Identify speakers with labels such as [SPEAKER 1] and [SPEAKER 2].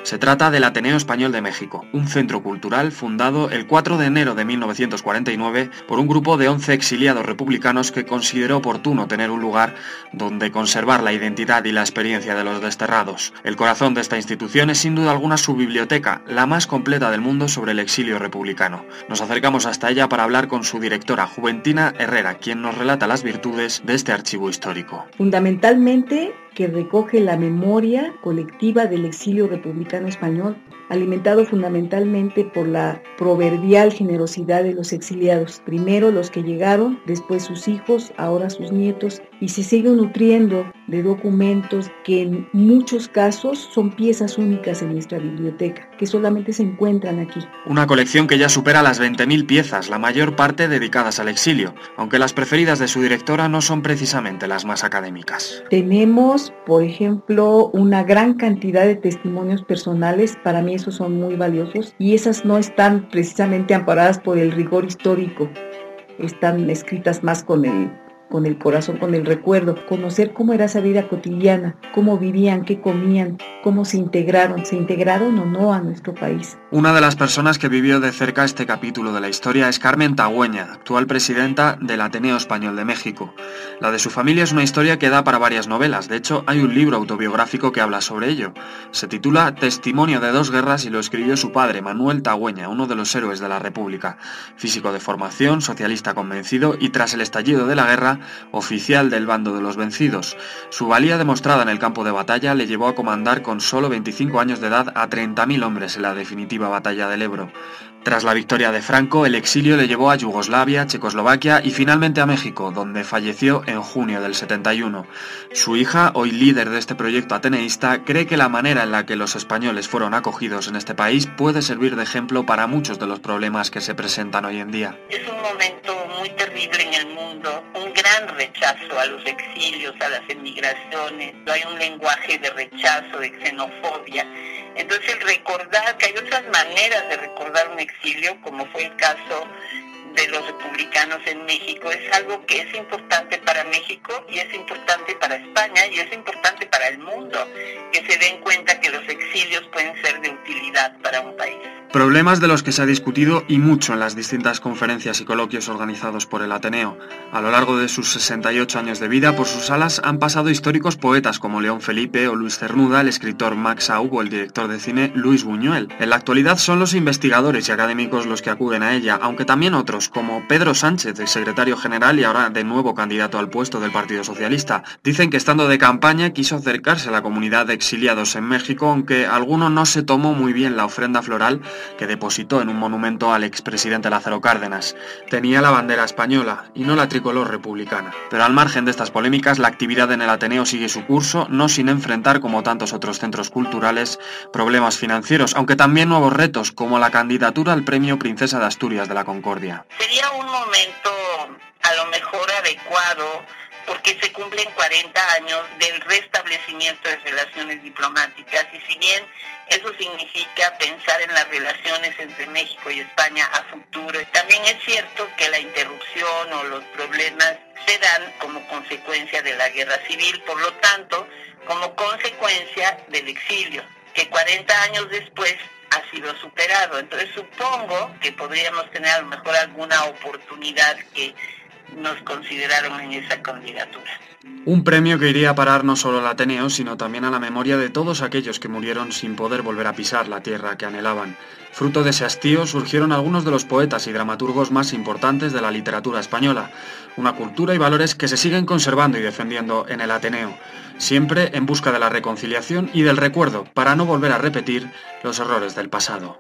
[SPEAKER 1] Se trata del Ateneo Español de México, un centro cultural fundado el 4 de enero de 1949 por un grupo de 11 exiliados republicanos que consideró oportuno tener un lugar donde conservar la identidad y la experiencia de los desterrados. El corazón de esta institución es sin duda alguna su biblioteca, la más completa del mundo sobre el exilio republicano. Nos acercamos hasta ella para hablar con su directora, Juventina Herrera, quien nos relata las virtudes de este archivo histórico.
[SPEAKER 2] Fundamentalmente, que recoge la memoria colectiva del exilio republicano español, alimentado fundamentalmente por la proverbial generosidad de los exiliados, primero los que llegaron, después sus hijos, ahora sus nietos, y se sigue nutriendo de documentos que en muchos casos son piezas únicas en nuestra biblioteca, que solamente se encuentran aquí.
[SPEAKER 1] Una colección que ya supera las 20.000 piezas, la mayor parte dedicadas al exilio, aunque las preferidas de su directora no son precisamente las más académicas.
[SPEAKER 2] Tenemos, por ejemplo, una gran cantidad de testimonios personales, para mí esos son muy valiosos, y esas no están precisamente amparadas por el rigor histórico, están escritas más con el corazón, con el recuerdo, conocer cómo era esa vida cotidiana, cómo vivían, qué comían, cómo se integraron o no a nuestro país.
[SPEAKER 1] Una de las personas que vivió de cerca este capítulo de la historia es Carmen Tagüeña, actual presidenta del Ateneo Español de México. La de su familia es una historia que da para varias novelas, de hecho hay un libro autobiográfico que habla sobre ello. Se titula Testimonio de dos guerras y lo escribió su padre, Manuel Tagüeña, uno de los héroes de la República. Físico de formación, socialista convencido y tras el estallido de la guerra, oficial del bando de los vencidos. Su valía demostrada en el campo de batalla le llevó a comandar con solo 25 años de edad a 30.000 hombres en la definitiva batalla del Ebro. Tras la victoria de Franco, el exilio le llevó a Yugoslavia, Checoslovaquia y finalmente a México, donde falleció en junio del 71. Su hija, hoy líder de este proyecto ateneísta, cree que la manera en la que los españoles fueron acogidos en este país puede servir de ejemplo para muchos de los problemas que se presentan hoy en día.
[SPEAKER 3] Es un momento muy terrible en el mundo, un gran rechazo a los exilios, a las emigraciones, hay un lenguaje de rechazo, de xenofobia. Entonces el recordar que hay otras maneras de recordar un exilio, como fue el caso de los republicanos en México, es algo que es importante para México y es importante para España y es importante para el mundo, que se den cuenta que los exilios pueden ser de utilidad para un país.
[SPEAKER 1] Problemas de los que se ha discutido y mucho en las distintas conferencias y coloquios organizados por el Ateneo. A lo largo de sus 68 años de vida, por sus salas han pasado históricos poetas como León Felipe o Luis Cernuda, el escritor Max Aub o el director de cine Luis Buñuel. En la actualidad son los investigadores y académicos los que acuden a ella, aunque también otros, como Pedro Sánchez, el secretario general y ahora de nuevo candidato al puesto del Partido Socialista. Dicen que estando de campaña quiso acercarse a la comunidad de exiliados en México, aunque alguno no se tomó muy bien la ofrenda floral que depositó en un monumento al expresidente Lázaro Cárdenas. Tenía la bandera española y no la tricolor republicana. Pero al margen de estas polémicas, la actividad en el Ateneo sigue su curso, no sin enfrentar, como tantos otros centros culturales, problemas financieros, aunque también nuevos retos, como la candidatura al Premio Princesa de Asturias de la Concordia.
[SPEAKER 3] Sería un momento a lo mejor adecuado porque se cumplen 40 años del restablecimiento de relaciones diplomáticas y si bien eso significa pensar en las relaciones entre México y España a futuro, también es cierto que la interrupción o los problemas se dan como consecuencia de la guerra civil, por lo tanto, como consecuencia del exilio, que 40 años después ha sido superado. Entonces supongo que podríamos tener a lo mejor alguna oportunidad que nos consideraron en esa candidatura.
[SPEAKER 1] Un premio que iría a parar no solo al Ateneo, sino también a la memoria de todos aquellos que murieron sin poder volver a pisar la tierra que anhelaban. Fruto de ese hastío surgieron algunos de los poetas y dramaturgos más importantes de la literatura española, una cultura y valores que se siguen conservando y defendiendo en el Ateneo, siempre en busca de la reconciliación y del recuerdo, para no volver a repetir los errores del pasado.